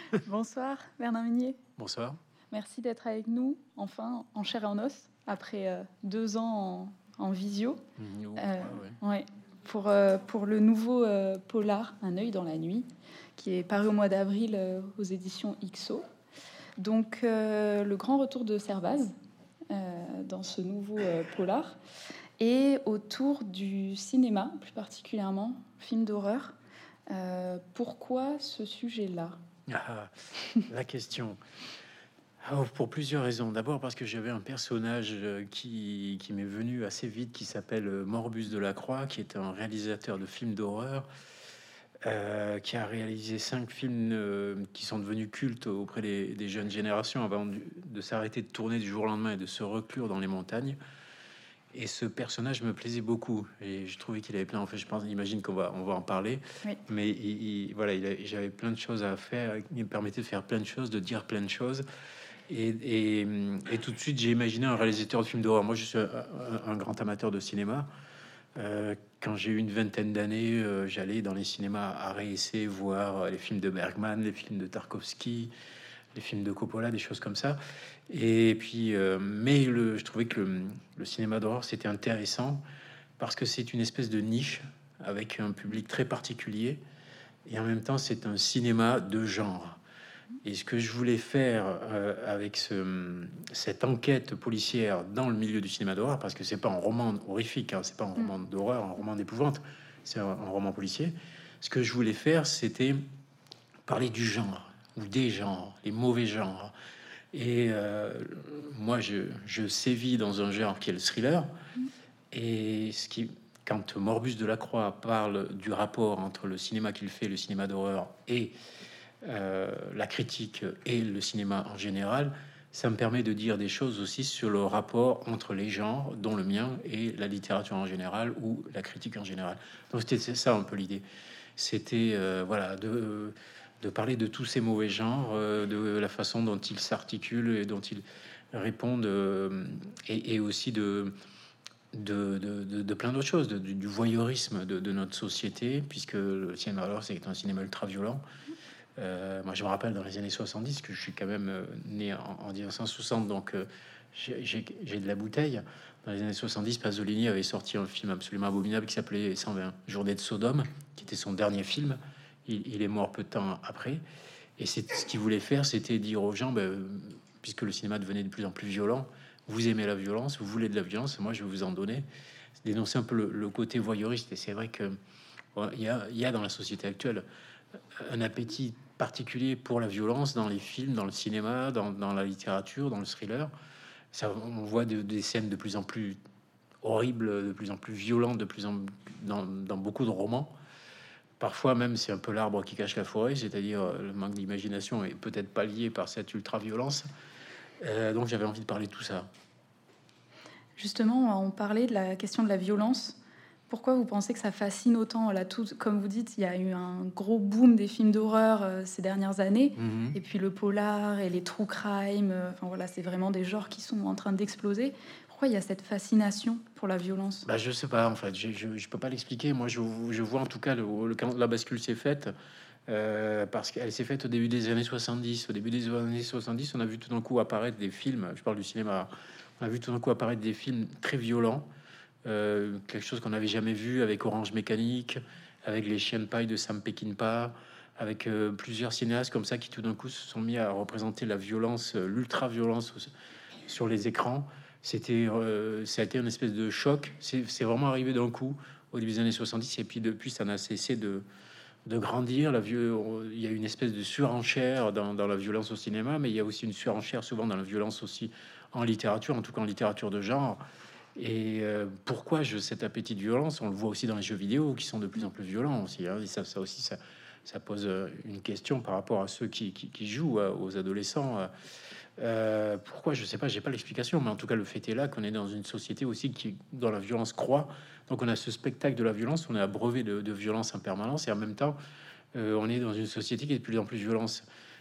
Bonsoir Bernard Minier. Bonsoir. Merci d'être avec nous, enfin, en chair et en os, après 2 ans en visio. Ou Euh, 3, ouais. ouais, pour le nouveau polar Un œil dans la nuit, qui est paru au mois d'avril aux éditions XO. Donc, le grand retour de Servaz dans ce nouveau polar, et autour du cinéma, plus particulièrement, film d'horreur. Pourquoi ce sujet-là? Ah, la question. Oh, pour plusieurs raisons. D'abord parce que j'avais un personnage qui m'est venu assez vite, qui s'appelle Morbus Delacroix, qui est un réalisateur de films d'horreur, qui a réalisé 5 films qui sont devenus cultes auprès des jeunes générations avant de s'arrêter de tourner du jour au lendemain et de se reclure dans les montagnes. Et ce personnage me plaisait beaucoup et je trouvais qu'il avait plein. En fait, je pense, imagine on va en parler, Oui. mais voilà, j'avais plein de choses à faire. Il me permettait de faire plein de choses, de dire plein de choses. Et tout de suite, j'ai imaginé un réalisateur de films d'horreur. Moi, je suis un grand amateur de cinéma. Quand j'ai eu une vingtaine d'années, j'allais dans les cinémas à Essai voir les films de Bergman, les films de Tarkovsky, les films de Coppola, des choses comme ça. Et puis, je trouvais que le cinéma d'horreur, c'était intéressant parce que c'est une espèce de niche avec un public très particulier. Et en même temps, c'est un cinéma de genre. Et ce que je voulais faire avec cette enquête policière dans le milieu du cinéma d'horreur, parce que c'est pas un roman horrifique, hein, c'est pas un Mm. roman d'horreur, un roman d'épouvante, c'est un roman policier. Ce que je voulais faire, c'était parler du genre ou des genres, les mauvais genres. Et moi, je sévis dans un genre qui est le thriller. Et quand Morbus Delacroix parle du rapport entre le cinéma qu'il fait, le cinéma d'horreur, et la critique et le cinéma en général, ça me permet de dire des choses aussi sur le rapport entre les genres, dont le mien, et la littérature en général ou la critique en général. Donc c'était ça un peu l'idée. C'était voilà de parler de tous ces mauvais genres, de la façon dont ils s'articulent et dont ils répondent, et aussi de plein d'autres choses, du voyeurisme de notre société, puisque le cinéma alors c'est un cinéma ultra violent. Moi, je me rappelle dans les années 70, que je suis quand même né en 1960, donc j'ai de la bouteille. Dans les années 70, Pasolini avait sorti un film absolument abominable qui s'appelait 120 Journées de Sodome, qui était son dernier film. Il est mort peu de temps après. Et c'est ce qu'il voulait faire, c'était dire aux gens, ben, puisque le cinéma devenait de plus en plus violent, vous aimez la violence, vous voulez de la violence, moi je vais vous en donner. Dénoncer un peu le côté voyeuriste. Et c'est vrai que ouais, il y a dans la société actuelle un appétit particulier pour la violence dans les films, dans le cinéma, dans la littérature, dans le thriller. Ça, on voit des scènes de plus en plus horribles, de plus en plus violentes, dans beaucoup de romans. Parfois même, c'est un peu l'arbre qui cache la forêt, c'est-à-dire le manque d'imagination est peut-être pas lié par cette ultra-violence. Donc j'avais envie de parler de tout ça. Justement, on parlait de la question de la violence. Pourquoi vous pensez que ça fascine autant là, tout, comme vous dites, il y a eu un gros boom des films d'horreur ces dernières années, Mhm. et puis le polar et les true crime. Enfin voilà, c'est vraiment des genres qui sont en train d'exploser. Pourquoi il y a cette fascination pour la violence? Bah, je sais pas, en fait, je peux pas l'expliquer. Moi, je vois en tout cas quand la bascule s'est faite, parce qu'elle s'est faite au début des années 70. Au début des années 70, on a vu tout d'un coup apparaître des films, je parle du cinéma, on a vu tout d'un coup apparaître des films très violents, quelque chose qu'on n'avait jamais vu avec Orange Mécanique, avec Les Chiens de paille de Sam Peckinpah, avec plusieurs cinéastes comme ça qui tout d'un coup se sont mis à représenter la violence, l'ultra-violence sur les écrans. Ça a été une espèce de choc. C'est vraiment arrivé d'un coup au début des années 70, et puis depuis, ça n'a cessé de grandir. Il y a une espèce de surenchère dans la violence au cinéma, mais il y a aussi une surenchère souvent dans la violence aussi en littérature, en tout cas en littérature de genre. Et pourquoi cet appétit de violence? On le voit aussi dans les jeux vidéo qui sont de plus en plus violents aussi, hein. Et ça aussi, ça pose une question par rapport à ceux qui jouent aux adolescents. Pourquoi? Je sais pas, j'ai pas l'explication, mais en tout cas, le fait est là qu'on est dans une société aussi dans la violence croît. Donc, on a ce spectacle de la violence, on est abreuvé de violence en permanence, et en même temps, on est dans une société qui est de plus en plus violence.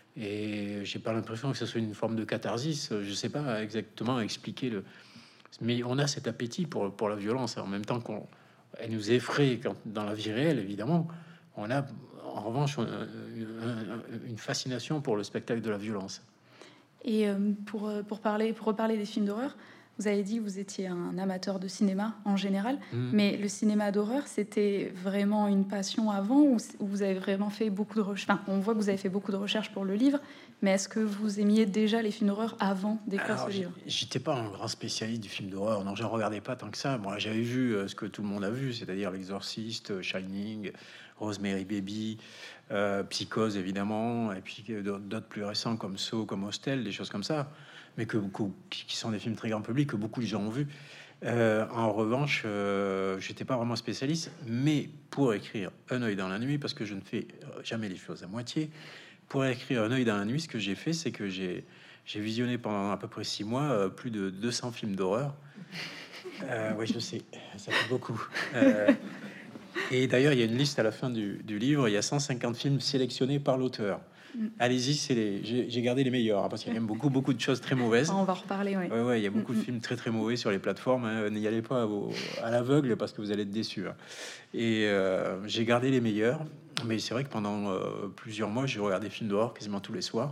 Et j'ai pas l'impression que ce soit une forme de catharsis. Je sais pas exactement expliquer mais on a cet appétit pour la violence, en même temps elle nous effraie dans la vie réelle, évidemment. On a, en revanche, une fascination pour le spectacle de la violence. Et pour reparler des films d'horreur, vous avez dit que vous étiez un amateur de cinéma en général, mais le cinéma d'horreur, c'était vraiment une passion avant, ou vous avez vraiment fait beaucoup de recherches? Enfin, on voit que vous avez fait beaucoup de recherches pour le livre, mais est-ce que vous aimiez déjà les films d'horreur avant d'écrire ce livre? J'étais pas un grand spécialiste du film d'horreur, non, j'en regardais pas tant que ça. Moi, j'avais vu ce que tout le monde a vu, c'est-à-dire L'Exorciste, Shining, Rosemary Baby, Psychose évidemment, et puis d'autres plus récents comme Saw, comme Hostel, des choses comme ça, mais qui sont des films très grand public que beaucoup de gens ont vus. En revanche, j'étais pas vraiment spécialiste, mais pour écrire Un œil dans la nuit, parce que je ne fais jamais les choses à moitié, pour écrire Un œil dans la nuit, ce que j'ai fait, c'est que j'ai visionné pendant à peu près 6 mois plus de 200 films d'horreur. Oui, je sais, ça fait beaucoup. Et d'ailleurs, il y a une liste à la fin du livre. Il y a 150 films sélectionnés par l'auteur. Allez-y, j'ai gardé les meilleurs, hein, parce qu'il y a même beaucoup de choses très mauvaises. On va en reparler, ouais. Ouais, il y a beaucoup de films très mauvais sur les plateformes. Hein. N'y allez pas à l'aveugle parce que vous allez être déçus. Hein. Et j'ai gardé les meilleurs. Mais c'est vrai que pendant plusieurs mois, j'ai regardé des films d'horreur quasiment tous les soirs.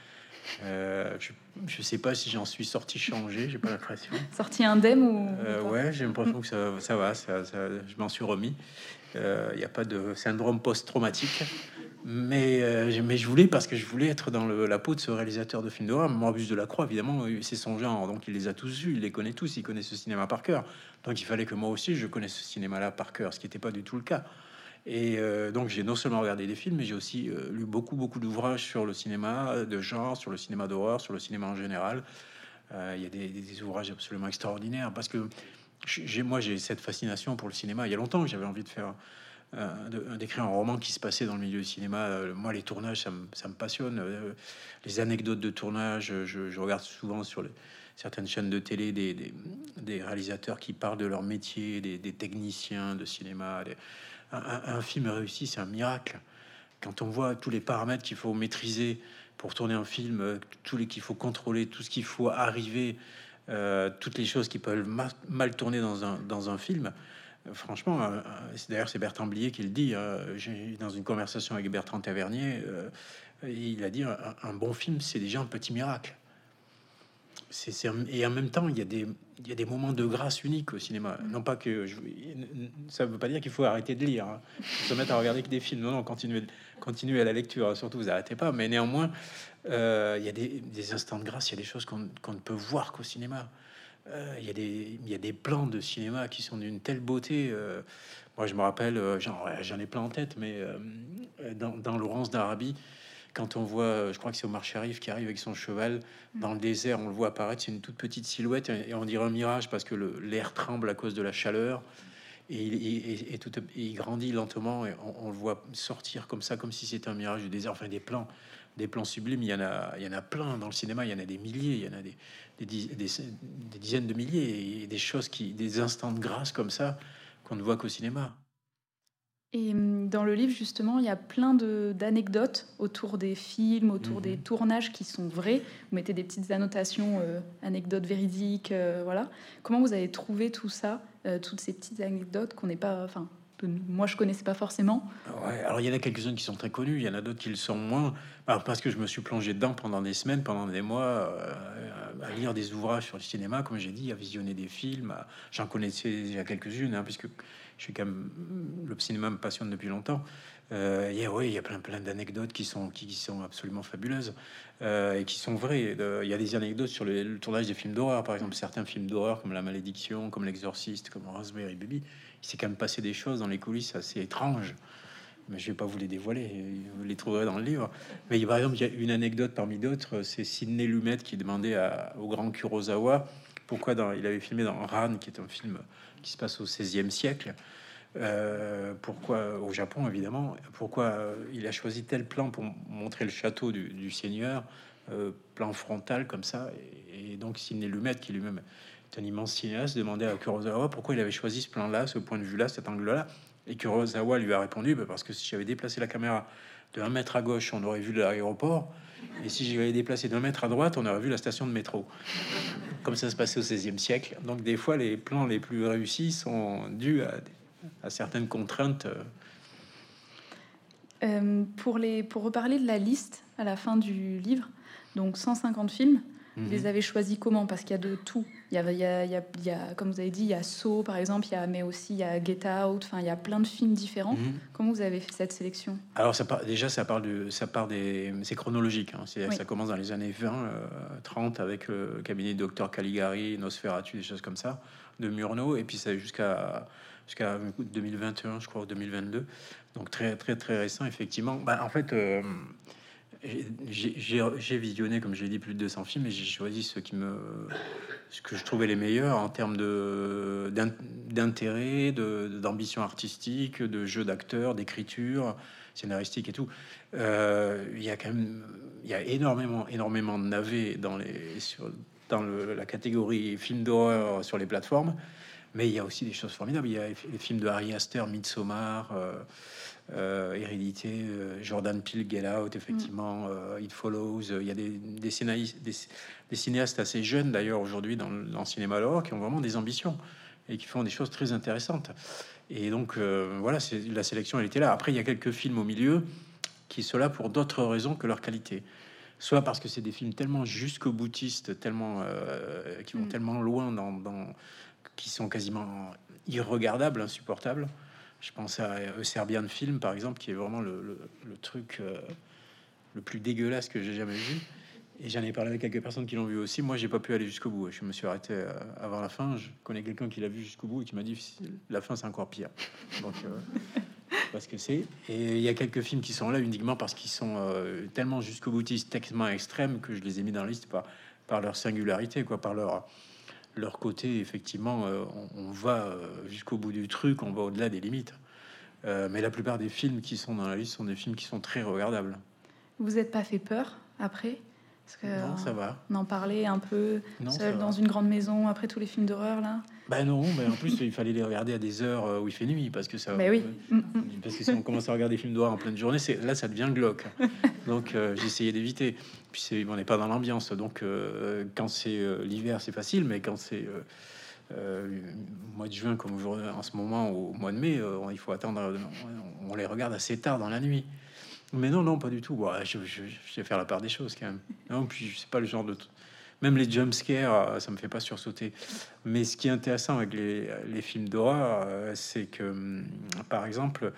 Je sais pas si j'en suis sorti changé, j'ai pas l'impression. Sorti indemne ou ouais, j'ai l'impression que ça va, je m'en suis remis. Il n'y a pas de syndrome post-traumatique. Mais je voulais, parce que je voulais être dans la peau de ce réalisateur de films d'horreur. Morbius de la Croix, évidemment, c'est son genre, donc il les a tous vus, il les connaît tous, il connaît ce cinéma par cœur. Donc il fallait que moi aussi je connaisse ce cinéma-là par cœur, ce qui n'était pas du tout le cas. Et donc j'ai non seulement regardé des films, mais j'ai aussi lu beaucoup d'ouvrages sur le cinéma de genre, sur le cinéma d'horreur, sur le cinéma en général. Il y a des ouvrages absolument extraordinaires, parce que moi j'ai cette fascination pour le cinéma. Il y a longtemps que j'avais envie de faire d'écrire un roman qui se passait dans le milieu du cinéma. Moi, les tournages, ça me passionne. Les anecdotes de tournage, je regarde souvent sur certaines chaînes de télé des réalisateurs qui parlent de leur métier, des techniciens de cinéma. Un film réussi, c'est un miracle. Quand on voit tous les paramètres qu'il faut maîtriser pour tourner un film, qu'il faut contrôler, tout ce qu'il faut arriver, toutes les choses qui peuvent mal tourner dans un film. Franchement, d'ailleurs, c'est Bertrand Blier qui le dit. Dans une conversation avec Bertrand Tavernier, il a dit un bon film, c'est déjà un petit miracle. Et en même temps, il y a des moments de grâce uniques au cinéma. Non pas que ça veut pas dire qu'il faut arrêter de lire, hein. Se mettre à regarder que des films. Non, continuez à la lecture. Surtout, vous arrêtez pas. Mais néanmoins, il y a des instants de grâce. Il y a des choses qu'on ne peut voir qu'au cinéma. Il y a des plans de cinéma qui sont d'une telle beauté. Moi, je me rappelle, j'en ai plein en tête, mais dans Laurence d'Arabie, quand on voit, je crois que c'est Omar Sharif qui arrive avec son cheval dans le désert, on le voit apparaître, c'est une toute petite silhouette et on dirait un mirage parce que l'air tremble à cause de la chaleur et il grandit lentement et on le voit sortir comme ça, comme si c'était un mirage du désert. Enfin, des plans sublimes, il y en a plein dans le cinéma, il y en a des milliers, il y en a des dizaines de milliers, et des choses des instants de grâce comme ça qu'on ne voit qu'au cinéma. Et dans le livre, justement, il y a plein d'anecdotes autour des films, autour des tournages qui sont vrais. Vous mettez des petites annotations, anecdotes véridiques, voilà. Comment vous avez trouvé tout ça, toutes ces petites anecdotes qu'on n'est pas... Enfin, moi, je connaissais pas forcément. Ouais, alors il y en a quelques-unes qui sont très connues, il y en a d'autres qui le sont moins. Alors, parce que je me suis plongé dedans pendant des semaines, pendant des mois, à lire des ouvrages sur le cinéma, comme j'ai dit, à visionner des films. J'en connaissais déjà quelques-unes, hein, puisque je suis quand même, le cinéma me passionne depuis longtemps. Il y a plein d'anecdotes qui sont absolument fabuleuses et qui sont vraies. Il y a des anecdotes sur le tournage des films d'horreur, par exemple, certains films d'horreur comme La Malédiction, comme L'Exorciste, comme Rosemary Baby. Il s'est quand même passé des choses dans les coulisses assez étranges, mais je vais pas vous les dévoiler, vous les trouverez dans le livre. Mais par exemple, il y a une anecdote parmi d'autres, c'est Sidney Lumet qui demandait au grand Kurosawa pourquoi il avait filmé dans Ran, qui est un film qui se passe au XVIe siècle, pourquoi, au Japon évidemment, pourquoi il a choisi tel plan pour montrer le château du seigneur, plan frontal comme ça, et donc Sidney Lumet, qui lui-même est un immense cinéaste, demandait à Kurosawa pourquoi il avait choisi ce plan-là, ce point de vue-là, cet angle-là, et Kurosawa lui a répondu parce que si j'avais déplacé la caméra de 1 mètre à gauche, on aurait vu l'aéroport, et si j'avais déplacé d'1 mètre à droite, on aurait vu la station de métro. Comme ça se passait au XVIe siècle. Donc des fois, les plans les plus réussis sont dus à certaines contraintes. Pour reparler de la liste à la fin du livre, donc 150 films, vous les avez choisis comment? Parce qu'il y a de tout. Il y a, comme vous avez dit, il y a Saw, par exemple, mais aussi il y a Get Out. Enfin, il y a plein de films différents. Comment vous avez fait cette sélection? Alors, c'est chronologique. Hein. Oui. Ça commence dans les années 20, 30 avec le cabinet de Dr Caligari, Nosferatu, des choses comme ça, de Murnau, et puis ça jusqu'à 2021, je crois, ou 2022. Donc très très très récent, effectivement. En fait, j'ai visionné, comme j'ai dit, plus de 200 films, et j'ai choisi ce que je trouvais les meilleurs en termes d'intérêt, d'ambition artistique, de jeu d'acteurs, d'écriture scénaristique et tout. Il y a quand même, il y a énormément de navets dans la catégorie film d'horreur sur les plateformes, mais il y a aussi des choses formidables. Il y a les films de Ari Aster, Midsommar, Hérédité, Jordan Peele, Get Out, effectivement, It Follows. Il y a des cinéastes assez jeunes d'ailleurs aujourd'hui dans le cinéma d'horreur qui ont vraiment des ambitions et qui font des choses très intéressantes. Et donc voilà, la sélection, elle était là. Après, il y a quelques films au milieu qui sont là pour d'autres raisons que leur qualité. Soit parce que c'est des films tellement jusqu'au boutiste, tellement qui vont tellement loin qui sont quasiment irregardables, insupportables. Je pense à Serbian Film, par exemple, qui est vraiment le truc le plus dégueulasse que j'ai jamais vu. Et j'en ai parlé avec quelques personnes qui l'ont vu aussi. Moi, j'ai pas pu aller jusqu'au bout. Je me suis arrêté avant la fin. Je connais quelqu'un qui l'a vu jusqu'au bout et qui m'a dit la fin, c'est encore pire. Donc, parce que c'est. Et il y a quelques films qui sont là uniquement parce qu'ils sont tellement jusqu'au boutiste, tellement extrêmes que je les ai mis dans la liste par leur singularité, quoi, par leur côté. Effectivement, on va jusqu'au bout du truc, on va au-delà des limites. Mais la plupart des films qui sont dans la liste sont des films qui sont très regardables. Vous n'êtes pas fait peur après? Parce que non, ça va. On en parlait un peu non, seul dans une grande maison après tous les films d'horreur là. Non, mais en plus il fallait les regarder à des heures où il fait nuit parce que ça. Oui. Parce que si on commence à regarder des films d'horreur en pleine journée, là ça devient glauque. Donc j'ai essayé d'éviter. Puis on n'est pas dans l'ambiance. Donc quand c'est l'hiver, c'est facile, mais quand c'est mois de juin comme en ce moment, au mois de mai, il faut attendre. On les regarde assez tard dans la nuit. Mais non, pas du tout. Bon, je sais faire la part des choses quand même. Non, puis c'est pas le genre de. Même les jump scares, ça me fait pas sursauter. Mais ce qui est intéressant avec les films d'horreur, c'est que, par exemple,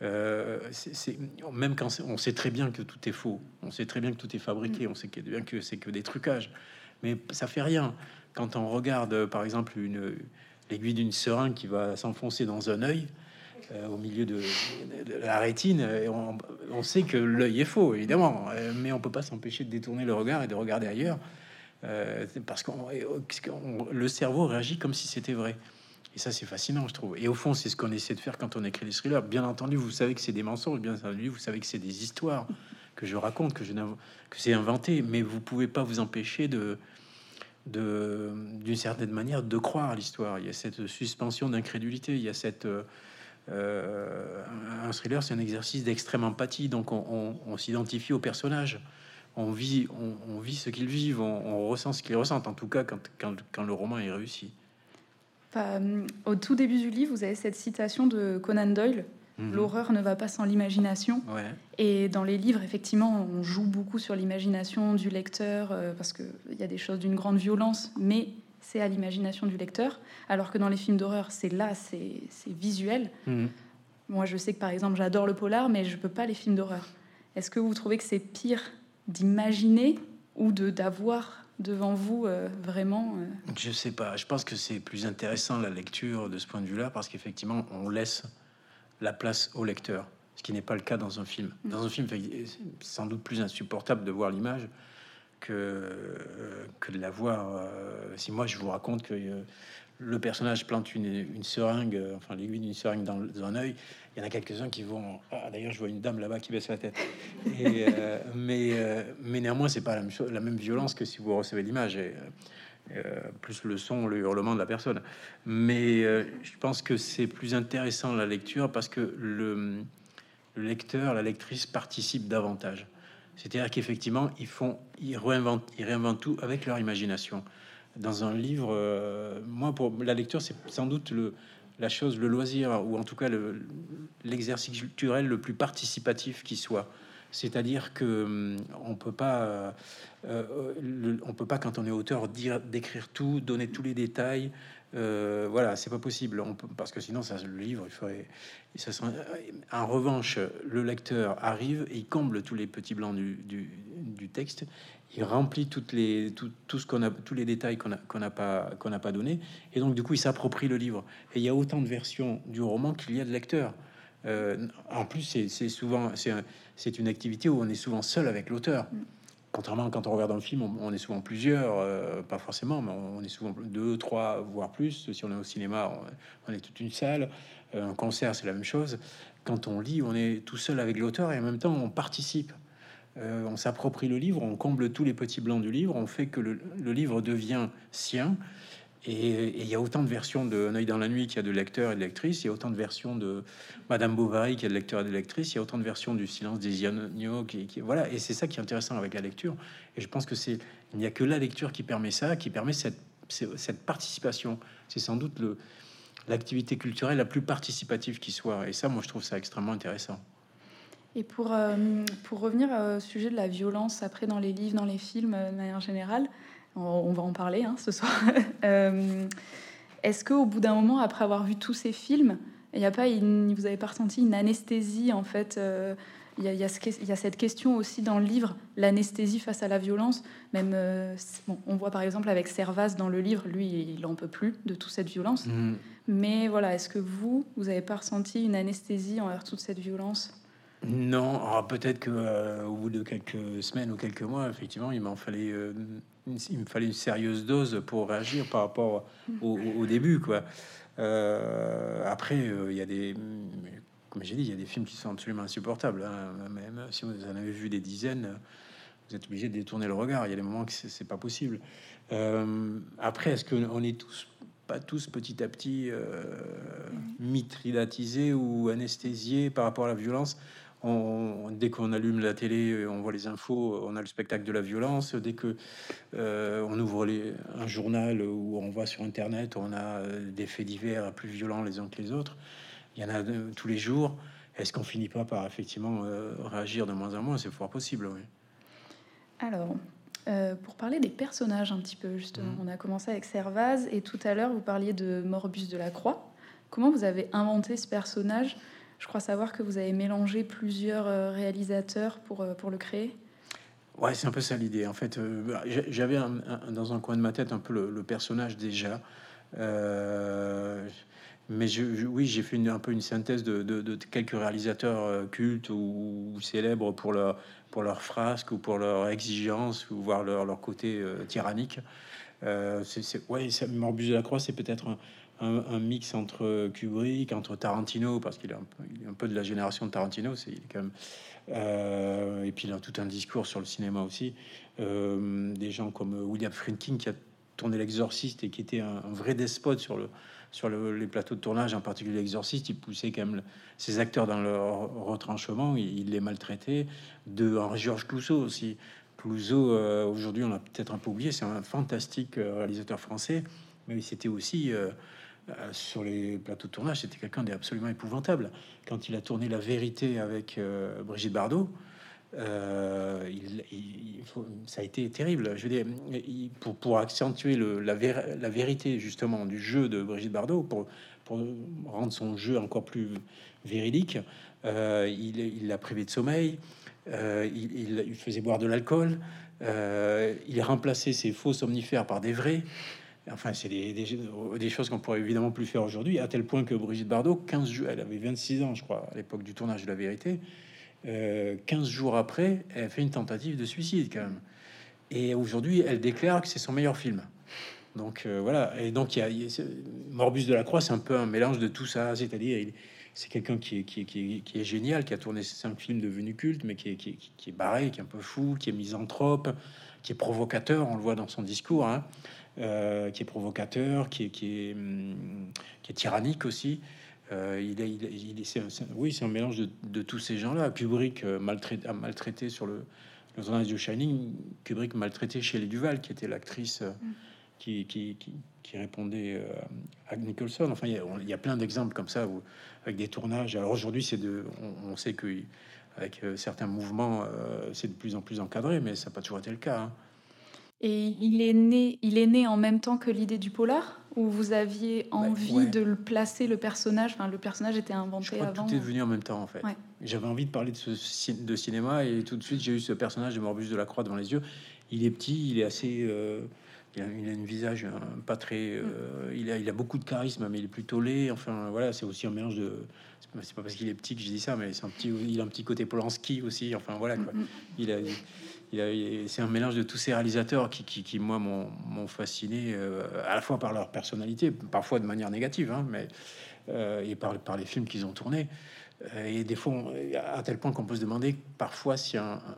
même quand on sait très bien que tout est faux, on sait très bien que tout est fabriqué, on sait bien que c'est que des trucages, mais ça fait rien. Quand on regarde, par exemple, l'aiguille d'une seringue qui va s'enfoncer dans un œil, au milieu de la rétine, on sait que l'œil est faux, évidemment, mais on peut pas s'empêcher de détourner le regard et de regarder ailleurs, parce que le cerveau réagit comme si c'était vrai. Et ça, c'est fascinant, je trouve. Et au fond, c'est ce qu'on essaie de faire quand on écrit des thrillers. Bien entendu, vous savez que c'est des mensonges, bien entendu, vous savez que c'est des histoires que je raconte, que c'est inventé, mais vous pouvez pas vous empêcher d'une certaine manière de croire à l'histoire. Il y a cette suspension d'incrédulité, il y a cette un thriller, c'est un exercice d'extrême empathie, donc on s'identifie au personnage, on vit ce qu'ils vivent, on ressent ce qu'ils ressentent, en tout cas quand le roman est réussi. Au tout début du livre, vous avez cette citation de Conan Doyle: l'horreur ne va pas sans l'imagination. Ouais. Et dans les livres, effectivement, on joue beaucoup sur l'imagination du lecteur, parce qu'il y a des choses d'une grande violence, mais c'est à l'imagination du lecteur, alors que dans les films d'horreur, c'est visuel. Moi, je sais que, par exemple, j'adore le polar, mais je peux pas les films d'horreur. Est-ce que vous trouvez que c'est pire d'imaginer ou d'avoir devant vous vraiment Je sais pas, je pense que c'est plus intéressant la lecture de ce point de vue-là, parce qu'effectivement, on laisse la place au lecteur, ce qui n'est pas le cas dans un film. Dans un film, c'est sans doute plus insupportable de voir l'image que de la voir. Si moi je vous raconte que le personnage plante une seringue, enfin l'aiguille d'une seringue dans un œil, il y en a quelques-uns qui vont. D'ailleurs, je vois une dame là-bas qui baisse la tête. Mais néanmoins, c'est pas la même violence que si vous recevez l'image. Plus le son, le hurlement de la personne. Mais je pense que c'est plus intéressant la lecture parce que le lecteur, la lectrice participe davantage. C'est-à-dire qu'effectivement, ils réinventent tout avec leur imagination. Dans un livre, moi, pour la lecture, c'est sans doute la chose, le loisir, ou en tout cas l'exercice culturel le plus participatif qui soit. C'est-à-dire que on peut pas quand on est auteur décrire tout, donner tous les détails. Voilà, c'est pas possible. Parce que sinon, le livre, ça serait- en revanche, le lecteur arrive et il comble tous les petits blancs du texte. Il remplit tout ce qu'on a, tous les détails qu'on n'a pas donné, et donc du coup, il s'approprie le livre. Et il y a autant de versions du roman qu'il y a de lecteurs. En plus, c'est une activité où on est souvent seul avec l'auteur. Contrairement à quand on regarde un film, on est souvent plusieurs, pas forcément, mais on est souvent deux, trois, voire plus. Si on est au cinéma, on est toute une salle. Un concert, c'est la même chose. Quand on lit, on est tout seul avec l'auteur et en même temps, on participe. On s'approprie le livre, on comble tous les petits blancs du livre, on fait que le livre devient sien. Et il y a autant de versions de Un œil dans la nuit qu'il y a de lecteurs et de lectrices. Il y a autant de versions de Madame Bovary qu'il y a de lecteurs et de lectrices. Il y a autant de versions du Silence des agneaux voilà. Et c'est ça qui est intéressant avec la lecture. Et je pense que il n'y a que la lecture qui permet ça, qui permet cette participation. C'est sans doute l'activité culturelle la plus participative qui soit. Et ça, moi, je trouve ça extrêmement intéressant. Et pour revenir au sujet de la violence, après, dans les livres, dans les films, de manière générale, on va en parler ce soir. Est-ce qu'au bout d'un moment, après avoir vu tous ces films, vous n'avez pas ressenti une anesthésie, en fait? Il y a cette question aussi dans le livre, l'anesthésie face à la violence. Même, on voit par exemple avec Servaz dans le livre, lui, il en peut plus de toute cette violence. Mais voilà, est-ce que vous n'avez pas ressenti une anesthésie envers toute cette violence? Non, alors peut-être que au bout de quelques semaines ou quelques mois, effectivement, il me fallait une sérieuse dose pour réagir par rapport au début, quoi. Après, il y a comme j'ai dit, il y a des films qui sont absolument insupportables, hein. Même si vous en avez vu des dizaines, vous êtes obligé de détourner le regard. Il y a des moments que c'est pas possible. Après, est-ce qu'on est pas tous petit à petit mitridatisés ou anesthésiés par rapport à la violence? Dès qu'on allume la télé, on voit les infos, on a le spectacle de la violence. Dès que on ouvre un journal ou on va sur Internet, on a des faits divers plus violents les uns que les autres. Il y en a tous les jours. Est-ce qu'on finit pas par effectivement réagir de moins en moins? C'est fort possible, oui. Alors, pour parler des personnages un petit peu, justement, on a commencé avec Servaz et tout à l'heure, vous parliez de Morbus de la Croix. Comment vous avez inventé ce personnage? Je crois savoir que vous avez mélangé plusieurs réalisateurs pour le créer. Ouais, c'est un peu ça l'idée. En fait, j'avais dans un coin de ma tête un peu le personnage déjà. Mais oui, j'ai fait un peu une synthèse de quelques réalisateurs cultes ou célèbres pour leur frasque ou pour leur exigence ou voir leur côté tyrannique. Ouais, Morbus de la Croix, c'est peut-être un mix entre Kubrick, entre Tarantino, parce il est un peu de la génération de Tarantino. Il est quand même, et puis il a tout un discours sur le cinéma aussi. Des gens comme William Friedkin qui a tourné L'Exorciste et qui était un vrai despote les plateaux de tournage, en particulier L'Exorciste. Il poussait quand même ses acteurs dans leur retranchement, il les maltraitait. De Henri-Georges Clouzot aussi. Clouzot, aujourd'hui, on l'a peut-être un peu oublié, c'est un fantastique réalisateur français, mais c'était aussi sur les plateaux de tournage, c'était quelqu'un d'absolument épouvantable. Quand il a tourné La Vérité avec Brigitte Bardot, ça a été terrible. Je veux dire, pour accentuer la vérité justement du jeu de Brigitte Bardot, pour rendre son jeu encore plus véridique, il l'a privé de sommeil. Il faisait boire de l'alcool. Il remplaçait ses faux somnifères par des vrais. Enfin, c'est des choses qu'on pourrait évidemment plus faire aujourd'hui, à tel point que Brigitte Bardot, 15 jours, elle avait 26 ans, je crois, à l'époque du tournage de La Vérité. 15 jours après, elle fait une tentative de suicide quand même. Et aujourd'hui, elle déclare que c'est son meilleur film. Donc voilà. Et donc Morbus de la Croix, c'est un peu un mélange de tout ça. C'est-à-dire, c'est quelqu'un qui est génial, qui a tourné 5 films devenus cultes, mais qui est barré, qui est un peu fou, qui est misanthrope, qui est provocateur. On le voit dans son discours, hein, qui est provocateur, qui est tyrannique aussi. Oui, c'est un mélange de tous ces gens-là. Kubrick a maltraité sur le tournage de Shining. Kubrick maltraité Shelley Duvall, qui était l'actrice qui répondait à Nicholson. Enfin, il y a plein d'exemples comme ça où, avec des tournages. Alors aujourd'hui, on sait que avec certains mouvements, c'est de plus en plus encadré, mais ça n'a pas toujours été le cas. Hein. Et il est né en même temps que l'idée du polar, ou vous aviez envie Ouais. de le placer, le personnage, enfin le personnage était Je inventé crois avant. que tout est venu en même temps, en fait. Ouais. J'avais envie de parler de cinéma et tout de suite, j'ai eu ce personnage de Morbus de la Croix devant les yeux. Il est petit, il est assez... il a un visage pas très... il a beaucoup de charisme, mais il est plutôt laid. Enfin, voilà, c'est aussi un mélange de... C'est pas parce qu'il est petit que je dis ça, mais il a un petit côté Polanski aussi. Enfin, voilà, quoi. Il a... c'est un mélange de tous ces réalisateurs qui moi, m'ont fasciné à la fois par leur personnalité, parfois de manière négative, hein, mais et par les films qu'ils ont tournés. Et des fois, à tel point qu'on peut se demander parfois si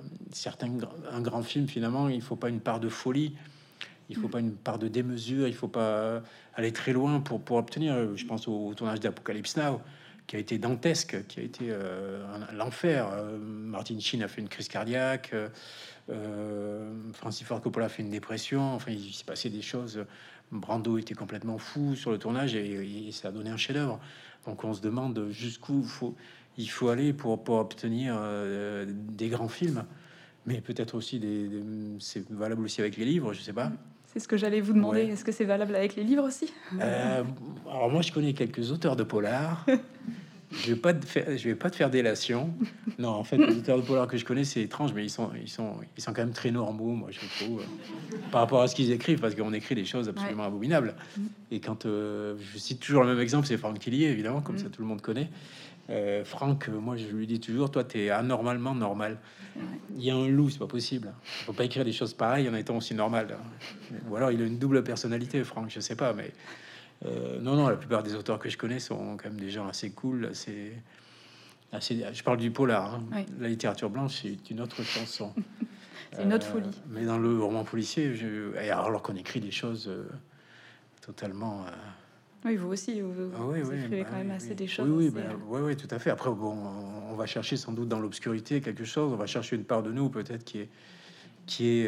un grand film, finalement, il faut pas une part de folie, il faut pas une part de démesure, il faut pas aller très loin pour obtenir. Je pense au tournage d'Apocalypse Now, qui a été dantesque, qui a été l'enfer. Martin Sheen a fait une crise cardiaque. Francis Ford Coppola a fait une dépression. Enfin, il s'est passé des choses. Brando était complètement fou sur le tournage et ça a donné un chef-d'œuvre. Donc on se demande jusqu'où il faut aller pour obtenir des grands films. Mais peut-être aussi c'est valable aussi avec les livres, je sais pas. C'est ce que j'allais vous demander. Ouais. Est-ce que c'est valable avec les livres aussi? Alors moi, je connais quelques auteurs de polar. Je vais pas te faire délation. Non, en fait, les auteurs de polar que je connais, c'est étrange, mais ils sont quand même très normaux, moi, je trouve, par rapport à ce qu'ils écrivent, parce qu'on écrit des choses absolument abominables. Et quand je cite toujours le même exemple, c'est Franck Tillier, évidemment, comme ça tout le monde connaît. Franck, moi, je lui dis toujours, toi, t'es anormalement normal. Il y a un loup, c'est pas possible. Faut pas écrire des choses pareilles en étant aussi normal. Ou alors, il a une double personnalité, Franck, je sais pas, mais. Non, la plupart des auteurs que je connais sont quand même des gens assez cool, je parle du polar. Hein. Oui. La littérature blanche, c'est une autre chanson. C'est une autre folie. Mais dans le roman policier, alors qu'on écrit des choses totalement. Oui, vous aussi, vous écrivez quand même assez des choses. Oui, tout à fait. Après, bon, on va chercher sans doute dans l'obscurité quelque chose. On va chercher une part de nous, peut-être qui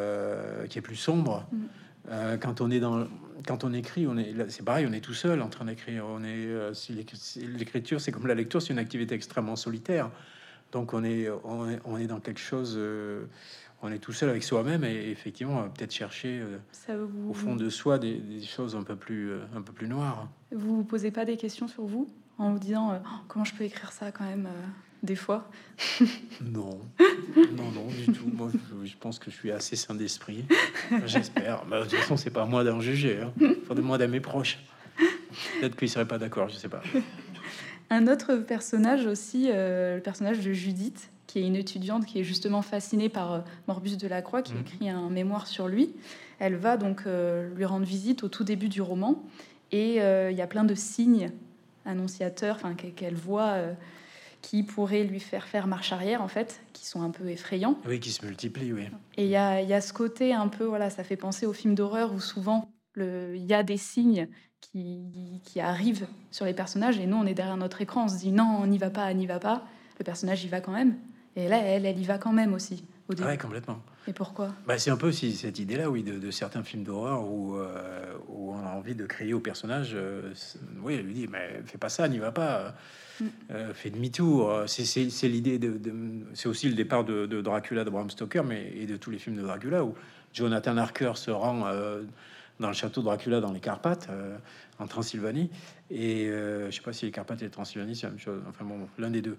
est plus sombre. Quand on écrit, c'est pareil, on est tout seul en train d'écrire. L'écriture, c'est comme la lecture, c'est une activité extrêmement solitaire. Donc on est dans quelque chose, on est tout seul avec soi-même et effectivement, on va peut-être chercher au fond de soi des choses un peu plus noires. Vous vous posez pas des questions sur vous en vous disant comment je peux écrire ça quand même des fois? Non, du tout. Moi, je pense que je suis assez sain d'esprit. J'espère. De toute façon, c'est pas à moi d'en juger. Hein. Faut demander à mes proches. Peut-être qu'ils seraient pas d'accord. Je sais pas. Un autre personnage aussi, le personnage de Judith, qui est une étudiante qui est justement fascinée par Morbus de la Croix, qui écrit un mémoire sur lui. Elle va donc lui rendre visite au tout début du roman, et il y a plein de signes annonciateurs, enfin qu'elle voit. Qui pourraient lui faire marche arrière, en fait, qui sont un peu effrayants. Oui, qui se multiplient, oui. Et il y a ce côté un peu, voilà, ça fait penser aux films d'horreur où souvent, il y a des signes qui arrivent sur les personnages, et nous, on est derrière notre écran, on se dit non, on n'y va pas, le personnage y va quand même. Et là, elle y va quand même aussi, au début. Ouais, complètement. Et pourquoi? C'est un peu aussi cette idée-là, oui, de certains films d'horreur où on a envie de crier au personnage, oui, elle lui dit, mais fais pas ça, n'y va pas. Fait demi-tour. C'est l'idée c'est aussi le départ de Dracula de Bram Stoker, et de tous les films de Dracula où Jonathan Harker se rend dans le château de Dracula dans les Carpates, en Transylvanie. Et je sais pas si les Carpates et les Transylvanie c'est la même chose. Enfin bon, l'un des deux.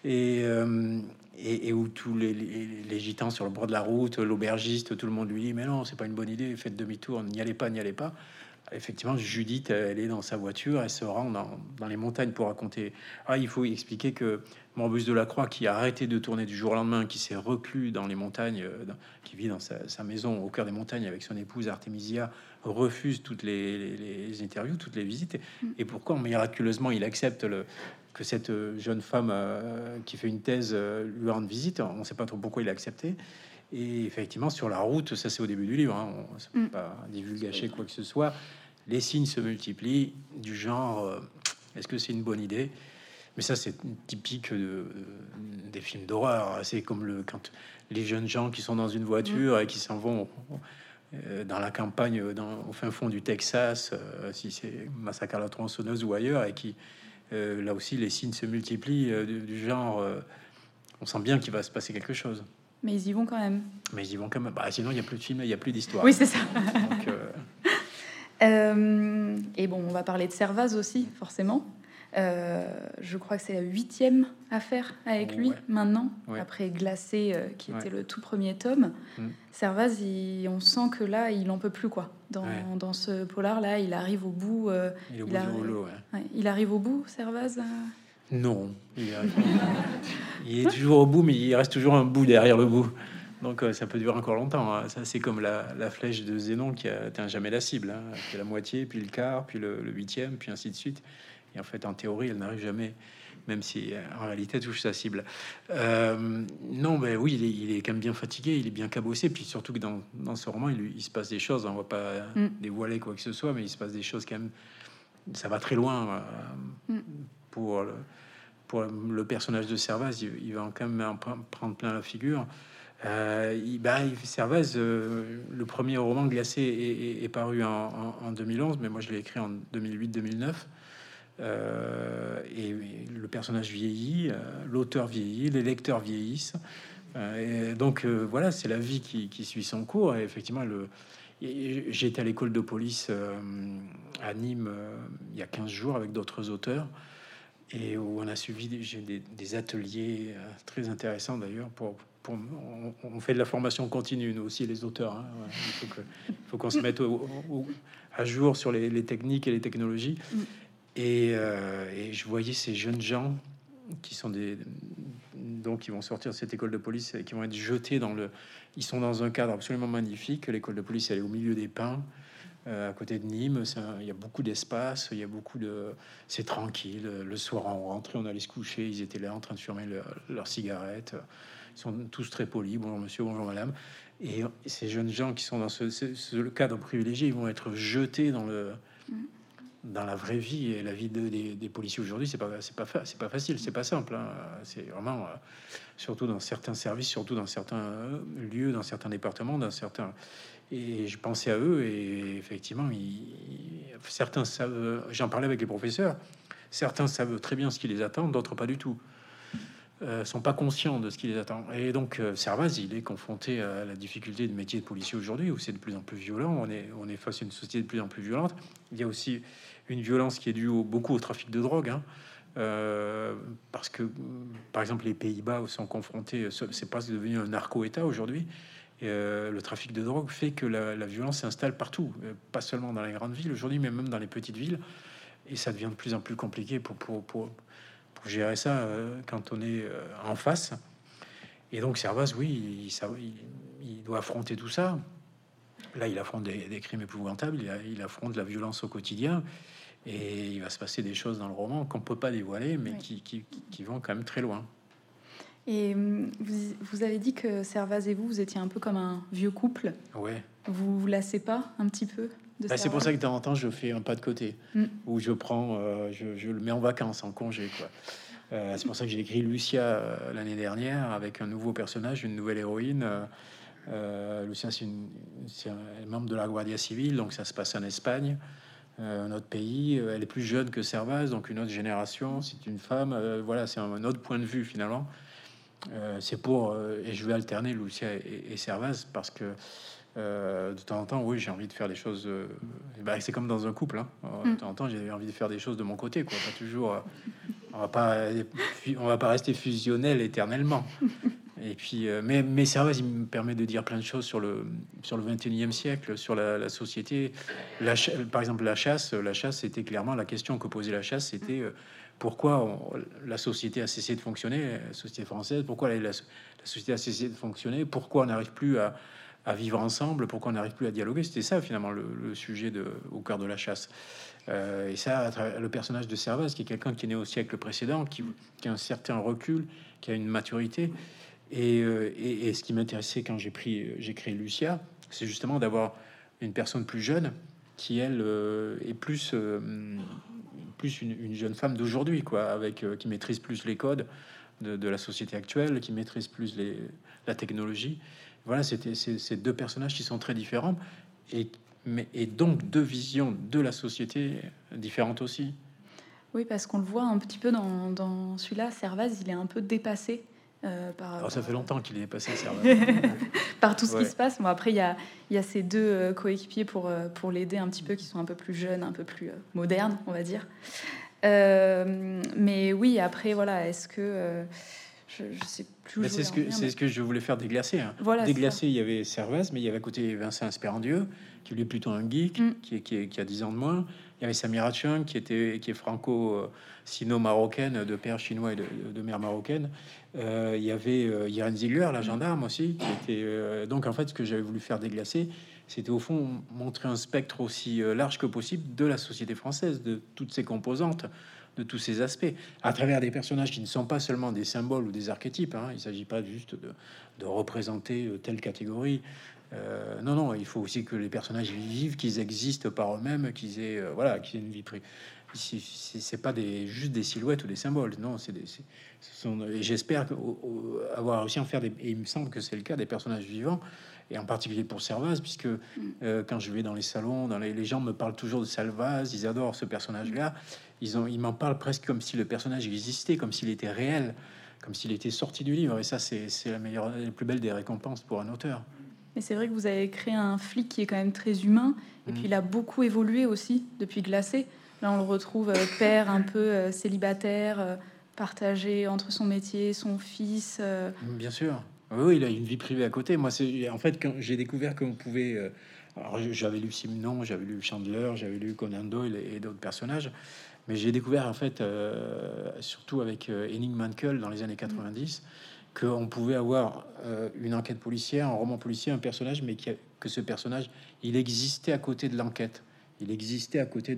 Et où tous les gitans sur le bord de la route, l'aubergiste, tout le monde lui dit mais non, c'est pas une bonne idée, faites demi-tour, n'y allez pas. Effectivement, Judith, elle est dans sa voiture, elle se rend dans les montagnes pour raconter. Il faut expliquer que Morbus de la Croix, qui a arrêté de tourner du jour au lendemain, qui s'est reclus dans les montagnes, qui vit dans sa maison au cœur des montagnes avec son épouse Artemisia, refuse toutes les interviews, toutes les visites. Et pourquoi miraculeusement il accepte que cette jeune femme qui fait une thèse lui rende visite? On ne sait pas trop pourquoi il a accepté. Et effectivement, sur la route, ça c'est au début du livre, hein, on ne peut pas divulgacher quoi que ce soit. Les signes se multiplient du genre est-ce que c'est une bonne idée? Mais ça c'est typique des films d'horreur. C'est comme quand les jeunes gens qui sont dans une voiture et qui s'en vont dans la campagne, au fin fond du Texas, si c'est Massacre à la tronçonneuse ou ailleurs, et qui, là aussi, les signes se multiplient du genre, on sent bien qu'il va se passer quelque chose. Mais ils y vont quand même. Mais ils y vont quand même. Bah, sinon, il n'y a plus de film, il n'y a plus d'histoire. Oui, c'est ça. Donc, Et bon, on va parler de Servaz aussi, forcément. Je crois que c'est la 8e affaire avec lui maintenant, après Glacé, qui était le tout premier tome. Servaz, on sent que là, il en peut plus, quoi. Dans ce polar là, il arrive au bout. Il arrive au bout, Servaz. Non, il est toujours au bout, mais il reste toujours un bout derrière le bout. Donc ça peut durer encore longtemps. Hein. Ça, c'est comme la flèche de Zénon qui atteint jamais la cible. Hein. C'est la moitié, puis le quart, puis le 8e, puis ainsi de suite. Et en fait, en théorie, elle n'arrive jamais, même si en réalité, elle touche sa cible. Non, mais oui, il est quand même bien fatigué, il est bien cabossé. Puis surtout que dans ce roman, il se passe des choses. On va pas dévoiler quoi que ce soit, mais il se passe des choses quand même. Ça va très loin pour le personnage de Servaz. Il va quand même en prendre plein la figure. Servaz, le premier roman Glacé est paru en 2011, mais moi je l'ai écrit en 2008-2009. Et le personnage vieillit, l'auteur vieillit, les lecteurs vieillissent. Et donc voilà, c'est la vie qui suit son cours. Et effectivement, j'ai été à l'école de police à Nîmes il y a 15 jours avec d'autres auteurs. Et où on a suivi des ateliers très intéressants d'ailleurs. On fait de la formation continue, nous aussi, les auteurs. Hein. Il faut qu'on se mette à jour sur les techniques et les technologies. Et je voyais ces jeunes gens qui sont donc qui vont sortir de cette école de police et qui vont être jetés ils sont dans un cadre absolument magnifique. L'école de police, elle est au milieu des pins. À côté de Nîmes, il y a beaucoup d'espace, c'est tranquille. Le soir, on rentrait, on allait se coucher, ils étaient là en train de fumer leurs cigarettes. Ils sont tous très polis, bonjour monsieur, bonjour madame. Et ces jeunes gens qui sont dans ce cadre privilégié, ils vont être jetés dans la vraie vie. Et la vie des policiers aujourd'hui, c'est pas facile, c'est pas simple. Hein. C'est vraiment, surtout dans certains services, surtout dans certains lieux, dans certains départements, Et je pensais à eux et effectivement, certains savent. J'en parlais avec les professeurs. Certains savent très bien ce qui les attend, d'autres pas du tout. Sont pas conscients de ce qui les attend. Et donc, Servaz, il est confronté à la difficulté de métier de policier aujourd'hui, où c'est de plus en plus violent. On est face à une société de plus en plus violente. Il y a aussi une violence qui est due beaucoup au trafic de drogue. Hein. Parce que, par exemple, les Pays-Bas sont confrontés. C'est presque devenu un narco-État aujourd'hui. Le trafic de drogue fait que la violence s'installe partout, pas seulement dans les grandes villes aujourd'hui, mais même dans les petites villes. Et ça devient de plus en plus compliqué pour gérer ça quand on est en face. Et donc Servaz, oui, il doit affronter tout ça. Là, il affronte des crimes épouvantables, il affronte la violence au quotidien. Et il va se passer des choses dans le roman qu'on peut pas dévoiler, mais qui vont quand même très loin. Et vous avez dit que Servaz et vous étiez un peu comme un vieux couple. Ouais. Vous vous lassez pas un petit peu de c'est pour ça que de temps en temps, je fais un pas de côté, où je prends, je le mets en vacances, en congé, quoi. C'est pour ça que j'ai écrit Lucia l'année dernière, avec un nouveau personnage, une nouvelle héroïne. Lucia, c'est un membre de la Guardia Civile, donc ça se passe en Espagne, un autre pays. Elle est plus jeune que Servaz, donc une autre génération. C'est une femme. Voilà, c'est un autre point de vue, finalement. C'est et je vais alterner Lucia et Servaz parce que de temps en temps, oui, j'ai envie de faire des choses. C'est comme dans un couple. Hein. De temps en temps, j'ai envie de faire des choses de mon côté, quoi. Pas toujours. On va pas rester fusionnel éternellement. Et puis, mais Servaz, il me permet de dire plein de choses sur le 21e siècle, sur la société. Par exemple, la chasse, c'était clairement la question que posait la chasse, c'était pourquoi la société a cessé de fonctionner, la société française, pourquoi la société a cessé de fonctionner, pourquoi on n'arrive plus à vivre ensemble, pourquoi on n'arrive plus à dialoguer. C'était ça, finalement, le sujet au cœur de la chasse. Et ça, le personnage de Servaz, qui est quelqu'un qui est né au siècle précédent, qui a un certain recul, qui a une maturité. Et ce qui m'intéressait quand j'ai créé Lucia, c'est justement d'avoir une personne plus jeune qui, elle, est plus une jeune femme d'aujourd'hui, quoi, qui maîtrise plus les codes de la société actuelle, qui maîtrise plus la technologie. voilà, c'est deux personnages qui sont très différents et donc deux visions de la société différentes aussi. Oui, parce qu'on le voit un petit peu dans celui-là, Servaz, il est un peu dépassé Alors ça fait longtemps qu'il est passé, ça. par tout ce qui Ouais. se passe. Bon, après, il y a ces deux coéquipiers pour l'aider un petit peu, qui sont un peu plus jeunes, un peu plus modernes, on va dire. Mais oui, après, voilà, est-ce que... je sais plus où Mais je voulais en venir, c'est mais ce que je voulais faire déglacer. Hein. voilà, c'est ça. Déglacer, il y avait Servaz, mais il y avait à côté Vincent Espérandieu, qui lui est plutôt un geek, Mm. qui a 10 ans de moins. Il y avait Samira Chung, qui est franco-sino-marocaine, de père chinois et de mère marocaine. Il y avait Irène Ziegler, la gendarme aussi, qui était... donc en fait, ce que j'avais voulu faire déglacer, c'était au fond montrer un spectre aussi large que possible de la société française, de toutes ses composantes, de tous ces aspects, à travers des personnages qui ne sont pas seulement des symboles ou des archétypes. Hein. Il ne s'agit pas juste de représenter telle catégorie. Non, non, il faut aussi que les personnages vivent, qu'ils existent par eux-mêmes, qu'ils aient, voilà, qu'ils aient une vie privée. C'est pas juste des silhouettes ou des symboles. Non, et j'espère avoir réussi à en faire des. Et il me semble que c'est le cas des personnages vivants, et en particulier pour Servaz, puisque quand je vais dans les salons, les gens me parlent toujours de Servaz, ils adorent ce personnage-là. Ils m'en parlent presque comme si le personnage existait, comme s'il était réel, comme s'il était sorti du livre. Et ça, c'est la plus belle des récompenses pour un auteur. Mais c'est vrai que vous avez créé un flic qui est quand même très humain, et puis il a beaucoup évolué aussi depuis Glacé. Là, on le retrouve père un peu célibataire, partagé entre son métier, son fils. Bien sûr. Oui, il a une vie privée à côté. Moi, c'est en fait quand j'ai découvert qu'on pouvait. Alors, j'avais lu Simon, j'avais lu Chandler, j'avais lu Conan Doyle et d'autres personnages, mais j'ai découvert en fait, surtout avec Henning Mankell dans les années 90, qu'on pouvait avoir une enquête policière, un roman policier, un personnage, mais que ce personnage, il existait à côté de l'enquête. Il existait à côté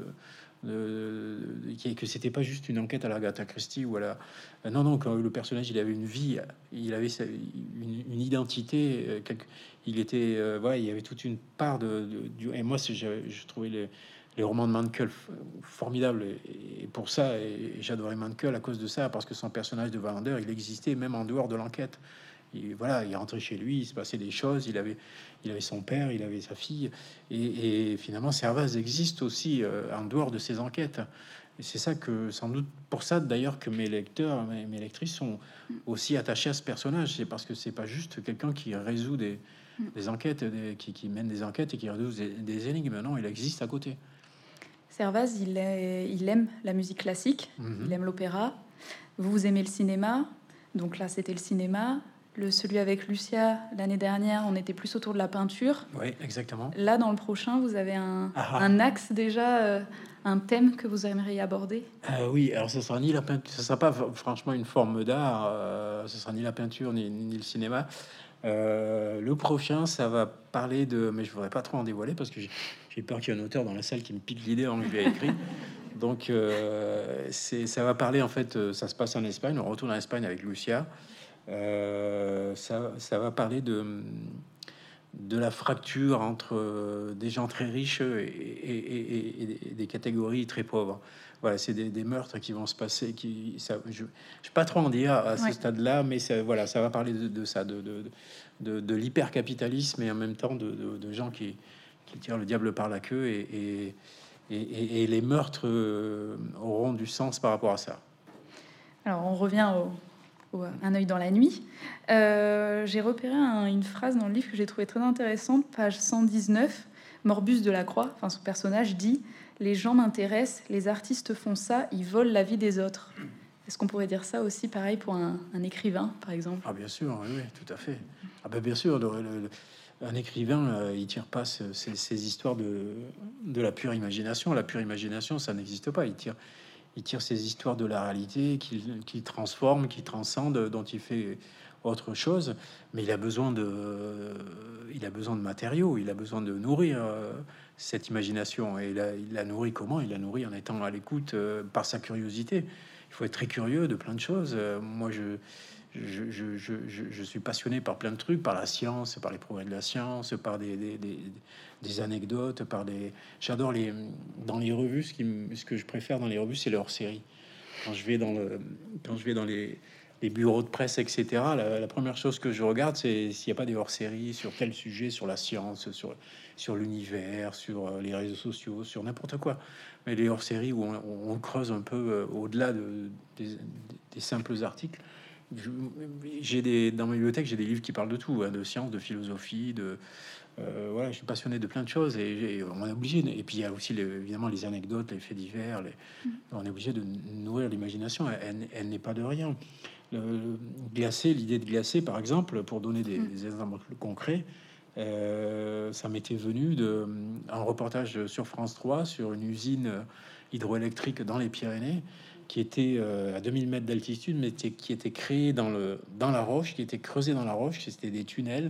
que c'était pas juste une enquête à la Agatha Christie ou à la non, non, quand le personnage il avait une vie, il avait une identité, il était voilà, il y avait toute une part et moi je trouvais les romans de Mankel formidables et pour ça et j'adorais Mankel à cause de ça, parce que son personnage de Wallander il existait même en dehors de l'enquête. Voilà, il rentrait chez lui, il se passait des choses, il avait son père, il avait sa fille, et finalement Servaz existe aussi en dehors de ses enquêtes. Et c'est ça que, sans doute, pour ça d'ailleurs que mes lecteurs, mes lectrices sont aussi attachés à ce personnage. C'est parce que c'est pas juste quelqu'un qui résout des enquêtes, qui mène des enquêtes et qui résout des énigmes. Non, il existe à côté. Servaz, il aime la musique classique, il aime l'opéra. Vous aimez le cinéma, donc là c'était le cinéma. Celui avec Lucia, l'année dernière, on était plus autour de la peinture. Oui, exactement. Là, dans le prochain, vous avez un axe déjà, un thème que vous aimeriez aborder? Oui, alors ce sera ni la peinture, ce sera pas franchement une forme d'art, ce sera ni la peinture ni le cinéma. Le prochain, ça va parler de, mais je voudrais pas trop en dévoiler parce que j'ai peur qu'il y ait un auteur dans la salle qui me pique l'idée avant que je l'ai écrit. Donc ça va parler en fait, ça se passe en Espagne, on retourne en Espagne avec Lucia. Ça va parler de la fracture entre des gens très riches et des catégories très pauvres. Voilà, c'est des meurtres qui vont se passer. Je ne vais pas trop en dire à ce stade-là, mais voilà, ça va parler de ça, de l'hypercapitalisme et en même temps de gens qui tirent le diable par la queue et les meurtres auront du sens par rapport à ça. Alors, on revient Un œil dans la nuit. J'ai repéré une phrase dans le livre que j'ai trouvé très intéressante, page 119. Morbus Delacroix, enfin son personnage, dit « Les gens m'intéressent, les artistes font ça, ils volent la vie des autres ». Est-ce qu'on pourrait dire ça aussi pareil pour un écrivain, par exemple? Ah bien sûr, oui, tout à fait. Ah ben bien sûr, un écrivain, il tire pas ces histoires de la pure imagination. La pure imagination, ça n'existe pas. Il tire ces histoires de la réalité qu'il transforme, qu'il transcende, dont il fait autre chose. Mais il a besoin de matériaux, il a besoin de nourrir cette imagination. Et il la nourrit comment? Il la nourrit en étant à l'écoute par sa curiosité. Il faut être très curieux de plein de choses. Moi, je suis passionné par plein de trucs, par la science, par les progrès de la science, par des anecdotes, j'adore dans les revues, ce que je préfère dans les revues, c'est leur série. Quand je vais dans les les bureaux de presse, etc., la première chose que je regarde, c'est s'il n'y a pas des hors-séries sur quel sujet, sur la science, sur l'univers, sur les réseaux sociaux, sur n'importe quoi. Mais les hors-séries où on creuse un peu au-delà des simples articles. Dans ma bibliothèque, j'ai des livres qui parlent de tout, hein, de science, de philosophie, voilà, je suis passionné de plein de choses et on est obligé. Et puis il y a aussi évidemment les anecdotes, les faits divers. On est obligé de nourrir l'imagination. Elle n'est pas de rien. Glacer, l'idée de glacer, par exemple, pour donner des exemples concrets, ça m'était venu un reportage sur France 3 sur une usine hydroélectrique dans les Pyrénées qui était à 2000 mètres d'altitude, mais qui était créée dans la roche, qui était creusée dans la roche. C'était des tunnels.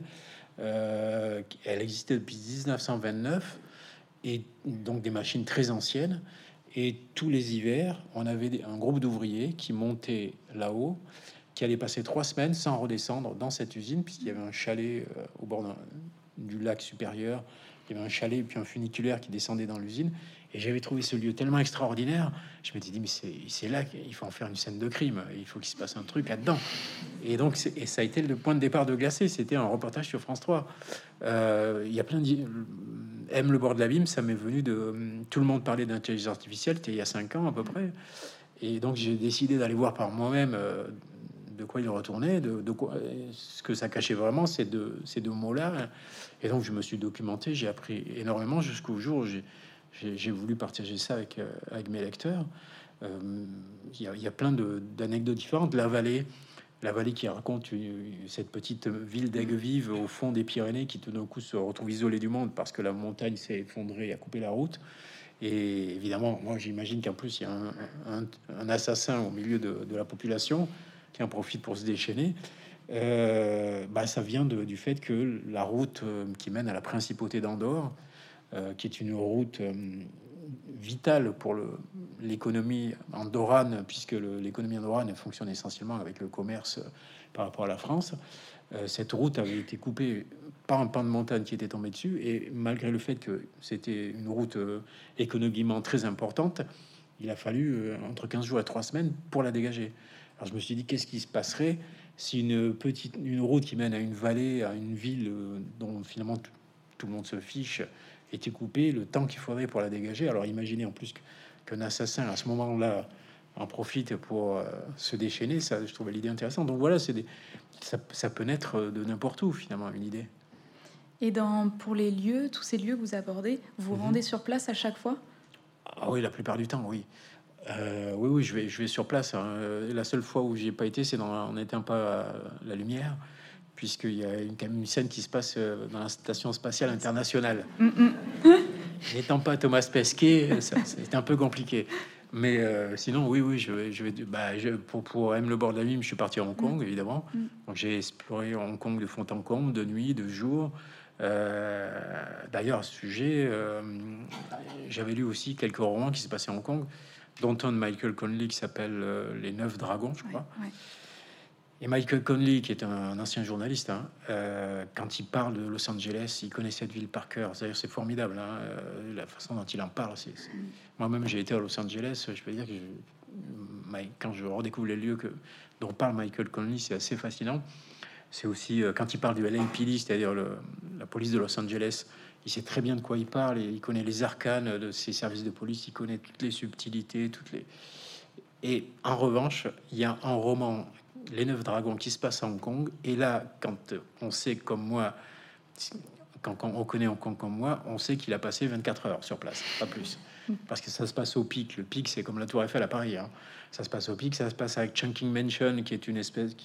Elle existait depuis 1929 et donc des machines très anciennes. Et tous les hivers, on avait un groupe d'ouvriers qui montaient là-haut, qui allaient passer 3 semaines sans redescendre dans cette usine, puisqu'il y avait un chalet au bord du lac supérieur. Il y avait un chalet et puis un funiculaire qui descendait dans l'usine. Et j'avais trouvé ce lieu tellement extraordinaire. Je m'étais dit, mais c'est là qu'il faut en faire une scène de crime. Il faut qu'il se passe un truc là-dedans. Et donc, ça a été le point de départ de Glacé. C'était un reportage sur France 3. Il y a plein de... Aime le bord de l'abîme, ça m'est venu de... Tout le monde parlait d'intelligence artificielle, c'était il y a 5 ans à peu près. Et donc, j'ai décidé d'aller voir par moi-même de quoi il retournait, de quoi, ce que ça cachait vraiment, ces deux mots-là. Et donc, je me suis documenté, j'ai appris énormément jusqu'au jour où j'ai voulu partager ça avec mes lecteurs. Il y a plein d'anecdotes différentes. La vallée qui raconte cette petite ville d'Aigues-Vives au fond des Pyrénées qui tout d'un coup se retrouve isolée du monde parce que la montagne s'est effondrée et a coupé la route. Et évidemment, moi j'imagine qu'en plus il y a un assassin au milieu de la population qui en profite pour se déchaîner. Ça vient du fait que la route qui mène à la principauté d'Andorre, qui est une route vitale pour l'économie andorrane, puisque l'économie andorrane fonctionne essentiellement avec le commerce par rapport à la France. Cette route avait été coupée par un pan de montagne qui était tombé dessus, et malgré le fait que c'était une route économiquement très importante, il a fallu entre 15 jours et 3 semaines pour la dégager. Alors je me suis dit, qu'est-ce qui se passerait si une route qui mène à une vallée, à une ville dont finalement tout le monde se fiche, était coupée, le temps qu'il faudrait pour la dégager. Alors imaginez en plus qu'un assassin à ce moment-là en profite pour se déchaîner, ça, je trouvais l'idée intéressante. Donc voilà, ça peut naître de n'importe où finalement, une idée. Et pour les lieux, tous ces lieux que vous abordez, vous vous rendez sur place à chaque fois? Ah oui, la plupart du temps, oui. Oui, je vais sur place, hein. La seule fois où j'ai pas été, c'est on n'éteint pas la lumière, puisqu'il y a quand même une scène qui se passe dans la station spatiale internationale. N'étant pas Thomas Pesquet, c'est un peu compliqué. Mais sinon, oui, pour M le bord de la Mime, je suis parti à Hong Kong, évidemment. Donc j'ai exploré Hong Kong de fond en comble, de nuit, de jour. D'ailleurs, à ce sujet, j'avais lu aussi quelques romans qui se passaient à Hong Kong, dont un de Michael Connelly qui s'appelle Les Neuf Dragons, je crois. Ouais. Et Michael Connelly, qui est un ancien journaliste, hein, quand il parle de Los Angeles, il connaît cette ville par cœur. C'est formidable, hein, la façon dont il en parle. Moi-même, j'ai été à Los Angeles. Je peux dire que quand je redécouvre les lieux dont parle Michael Connelly, c'est assez fascinant. C'est aussi quand il parle du LAPD, c'est-à-dire la police de Los Angeles. Il sait très bien de quoi il parle et il connaît les arcanes de ses services de police. Il connaît toutes les subtilités, Et en revanche, il y a un roman, Les Neuf Dragons, qui se passe à Hong Kong. Et là, quand on sait comme moi, quand on connaît Hong Kong comme moi, on sait qu'il a passé 24 heures sur place, pas plus. Parce que ça se passe au Pic. Le Pic, c'est comme la Tour Eiffel à Paris, hein. Ça se passe au Pic, ça se passe avec Chungking Mansion, qui est une espèce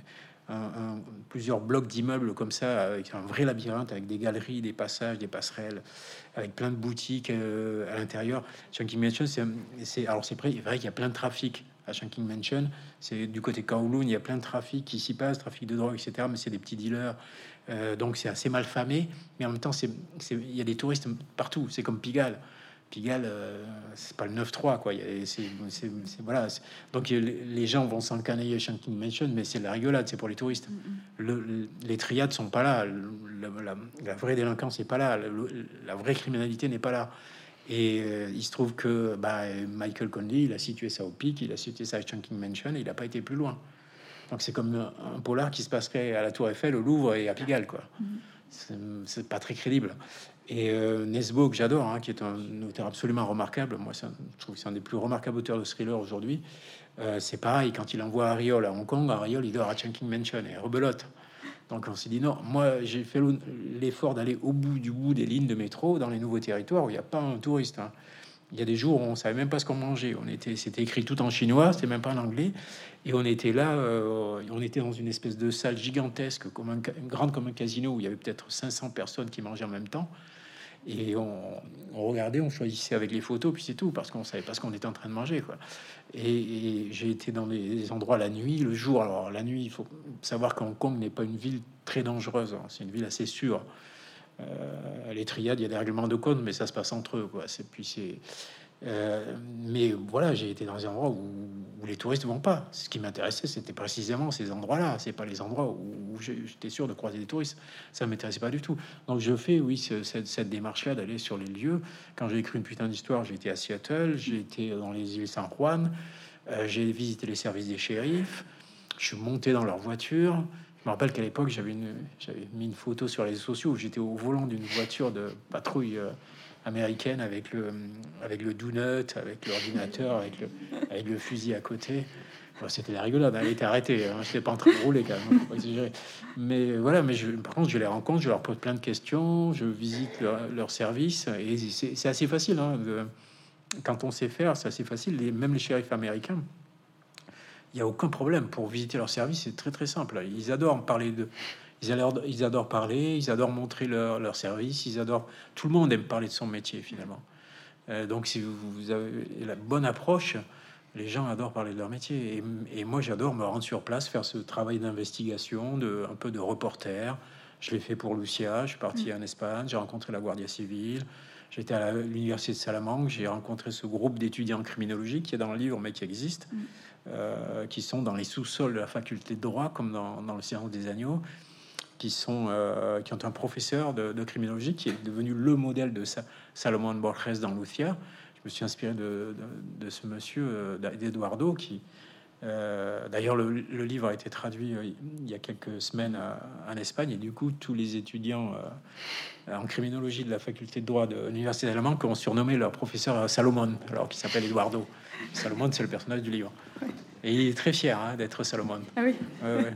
plusieurs blocs d'immeubles comme ça, avec un vrai labyrinthe, avec des galeries, des passages, des passerelles, avec plein de boutiques à l'intérieur. Chungking Mansion, c'est vrai qu'il y a plein de trafic à Chungking Mansion. C'est du côté Kowloon, il y a plein de trafic qui s'y passe, trafic de drogue, etc. Mais c'est des petits dealers, donc c'est assez mal famé. Mais en même temps, il y a des touristes partout. C'est comme Pigalle. Pigalle, c'est pas le 9-3, quoi. Voilà. Donc les gens vont s'encanailler à Chungking Mansion, mais c'est la rigolade, c'est pour les touristes. Les triades sont pas là. La vraie délinquance n'est pas là. La vraie criminalité n'est pas là. Et il se trouve que Michael Connelly, il a situé ça au Pic, il a situé ça à Chungking Mansion, et il n'a pas été plus loin. Donc c'est comme un polar qui se passerait à la Tour Eiffel, au Louvre et à Pigalle, quoi. C'est pas très crédible. Et Nesbo, que j'adore, hein, qui est un auteur absolument remarquable. Moi, je trouve que c'est un des plus remarquables auteurs de thriller aujourd'hui. C'est pareil, quand il envoie Ariol à Hong Kong, Ariol, il dort à Chungking Mansion et rebelote. Donc on s'est dit non, moi j'ai fait l'effort d'aller au bout des lignes de métro dans les nouveaux territoires où il n'y a pas un touriste, hein. Il y a des jours où on savait même pas ce qu'on mangeait. C'était écrit tout en chinois, c'était même pas en anglais. Et on était là, on était dans une espèce de salle gigantesque, grande comme un casino, où il y avait peut-être 500 personnes qui mangeaient en même temps. Et on regardait, on choisissait avec les photos, puis c'est tout, parce qu'on savait pas ce qu'on était en train de manger, quoi. Et j'ai été dans des endroits la nuit, le jour. Alors la nuit, il faut savoir qu'Hong Kong n'est pas une ville très dangereuse, hein. C'est une ville assez sûre. Les triades, il y a des règlements de compte, mais ça se passe entre eux, quoi. Mais voilà, j'ai été dans des endroits où les touristes vont pas. Ce qui m'intéressait, c'était précisément ces endroits-là. C'est pas les endroits où j'étais sûr de croiser des touristes. Ça m'intéressait pas du tout. Donc je fais, oui, cette démarche-là d'aller sur les lieux. Quand j'ai écrit Une putain d'histoire, j'ai été à Seattle, j'ai été dans les îles San Juan, j'ai visité les services des shérifs, je suis monté dans leur voiture. Je me rappelle qu'à l'époque, j'avais mis une photo sur les réseaux sociaux où j'étais au volant d'une voiture de patrouille américaine avec le donut, avec l'ordinateur, avec le fusil à côté. Bon, c'était la rigolade, elle était arrêtée, hein. Je n'étais pas en train de rouler quand même, faut pas exagérer. Mais voilà, par contre, je les rencontre, je leur pose plein de questions, je visite leur service, et c'est assez facile, hein, quand on sait faire, c'est assez facile. Même les shérifs américains, il n'y a aucun problème pour visiter leur service, c'est très très simple. Ils adorent parler ils adorent parler, ils adorent montrer leur service, tout le monde aime parler de son métier finalement. Donc si vous avez la bonne approche, les gens adorent parler de leur métier. Et moi j'adore me rendre sur place, faire ce travail d'investigation, un peu de reporter. Je l'ai fait pour Lucia, je suis parti en Espagne, j'ai rencontré la Guardia Civile, j'étais à l'université de Salamanque, j'ai rencontré ce groupe d'étudiants en criminologie qui est dans le livre mais qui existe. Qui sont dans les sous-sols de la faculté de droit, comme dans le Silence des agneaux, qui ont un professeur de criminologie qui est devenu le modèle de Salomon Borges dans Lucia. Je me suis inspiré de ce monsieur, d'Eduardo, qui d'ailleurs le livre a été traduit il y a quelques semaines en Espagne, et du coup tous les étudiants en criminologie de la faculté de droit de l'université allemande ont surnommé leur professeur Salomon, alors qu'il s'appelle Eduardo. Salomon, c'est le personnage du livre. Et il est très fier, hein, d'être Salomon. Ah oui. Ouais.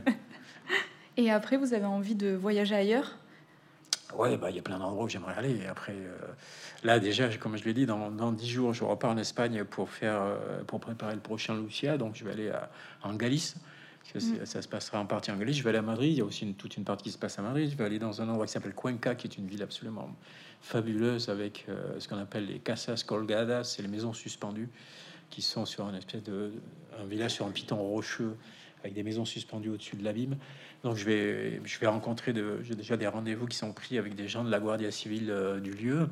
Et après, vous avez envie de voyager ailleurs? Ouais, bah il y a plein d'endroits où j'aimerais aller. Et après, là déjà, comme je l'ai dit, dans 10 jours, je repars en Espagne pour préparer le prochain Lucia. Donc je vais aller en Galice. Ça se passera en partie en Galice. Je vais aller à Madrid. Il y a aussi toute une partie qui se passe à Madrid. Je vais aller dans un endroit qui s'appelle Cuenca, qui est une ville absolument fabuleuse avec ce qu'on appelle les casas colgadas, c'est les maisons suspendues, qui sont sur un village sur un piton rocheux avec des maisons suspendues au-dessus de l'abîme. Donc je vais rencontrer j'ai déjà des rendez-vous qui sont pris avec des gens de la Guardia Civile du lieu,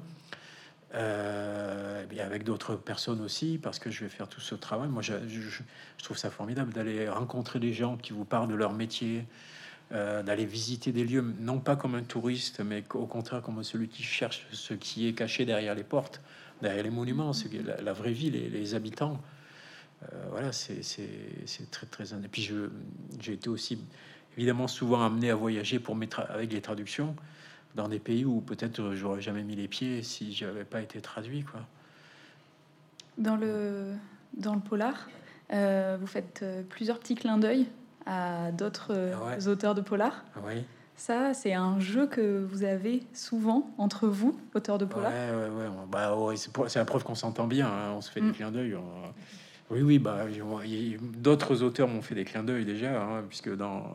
et avec d'autres personnes aussi, parce que je vais faire tout ce travail. Moi, je trouve ça formidable d'aller rencontrer des gens qui vous parlent de leur métier, d'aller visiter des lieux, non pas comme un touriste, mais au contraire comme celui qui cherche ce qui est caché derrière les portes, derrière les monuments, la vraie vie, les habitants. Voilà, c'est très très. Et puis j'ai été aussi évidemment souvent amené à voyager avec les traductions dans des pays où peut-être j'aurais jamais mis les pieds si j'avais pas été traduit, quoi. Dans le polar, vous faites plusieurs petits clins d'œil à d'autres auteurs de polar. Oui. Ça, c'est un jeu que vous avez souvent entre vous, auteurs de polar. Ouais. Bah, ouais, c'est la preuve qu'on s'entend bien, hein. On se fait des clins d'œil. Oui, bah, d'autres auteurs m'ont fait des clins d'œil déjà, hein, puisque dans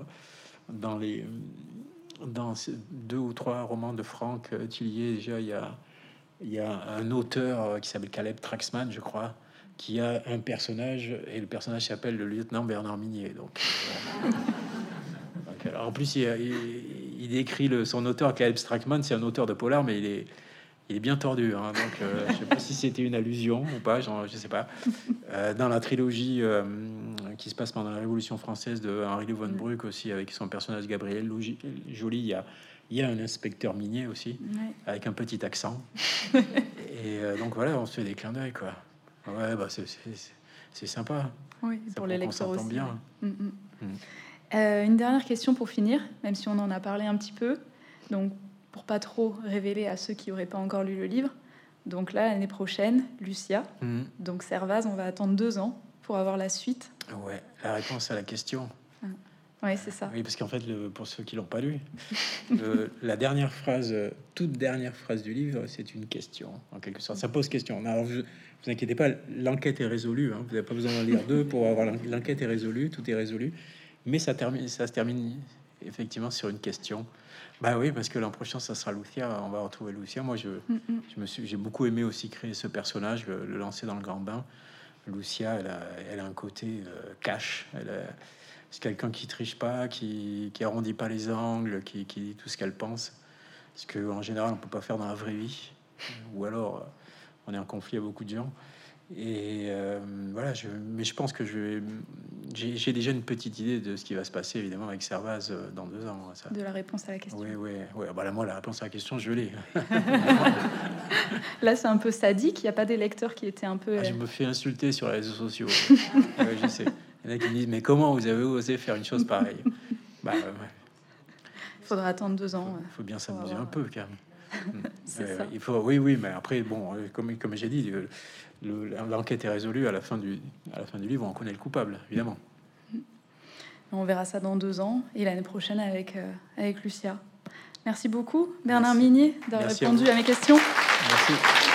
2 ou 3 romans de Franck Tillier, déjà, il y a un auteur qui s'appelle Caleb Traxman, je crois, qui a un personnage, et le personnage s'appelle le lieutenant Bernard Minier. Donc, alors, en plus, il décrit son auteur, Caleb Traxman, c'est un auteur de polar, mais il est bien tordu, hein. Donc je sais pas si c'était une allusion ou pas, je sais pas. Dans la trilogie qui se passe pendant la Révolution française de Henri de von Bruck aussi, avec son personnage Gabriel Joly, il y a un inspecteur minier aussi, avec un petit accent. Et donc voilà, on se fait des clins d'œil, quoi. Ouais, bah c'est sympa. Oui, pour les lecteurs aussi. Bien. Une dernière question pour finir, même si on en a parlé un petit peu. Donc, pour pas trop révéler à ceux qui n'auraient pas encore lu le livre. Donc là, l'année prochaine, Lucia. Donc Servaz, on va attendre 2 ans pour avoir la suite. Ouais, la réponse à la question. Oui, c'est ça. Oui, parce qu'en fait, pour ceux qui l'ont pas lu, la dernière phrase, toute dernière phrase du livre, c'est une question, en quelque sorte. Ça pose question. Alors, vous inquiétez pas, l'enquête est résolue. Hein. Vous n'avez pas besoin d'en lire 2 pour avoir l'enquête est résolue, tout est résolu. Mais ça se termine effectivement sur une question. Bah oui, parce que l'an prochain, ça sera Lucia. On va retrouver Lucia. Moi, j'ai beaucoup aimé aussi créer ce personnage, le lancer dans le grand bain. Lucia, elle a un côté cash. C'est quelqu'un qui triche pas, qui arrondit pas les angles, qui dit tout ce qu'elle pense. Ce que en général, on peut pas faire dans la vraie vie. Ou alors, on est en conflit avec beaucoup de gens. Et voilà, mais je pense que j'ai déjà une petite idée de ce qui va se passer, évidemment, avec Servaz dans 2 ans. Ça. De la réponse à la question. Oui. Bah là, moi, la réponse à la question, je l'ai. Là, c'est un peu sadique. Il n'y a pas des lecteurs qui étaient un peu... Je me fais insulter sur les réseaux sociaux. Ouais, je sais. Il y en a qui me disent, mais comment vous avez osé faire une chose pareille? Bah, ouais. Il faudra attendre 2 ans. Il faut bien s'amuser un peu, quand même. C'est ça. Il faut, oui, mais après, bon, comme j'ai dit, l'enquête est résolue à la fin du livre. On connaît le coupable, évidemment. On verra ça dans 2 ans et l'année prochaine avec Lucia. Merci beaucoup, Bernard Minier, d'avoir répondu à mes questions. Merci.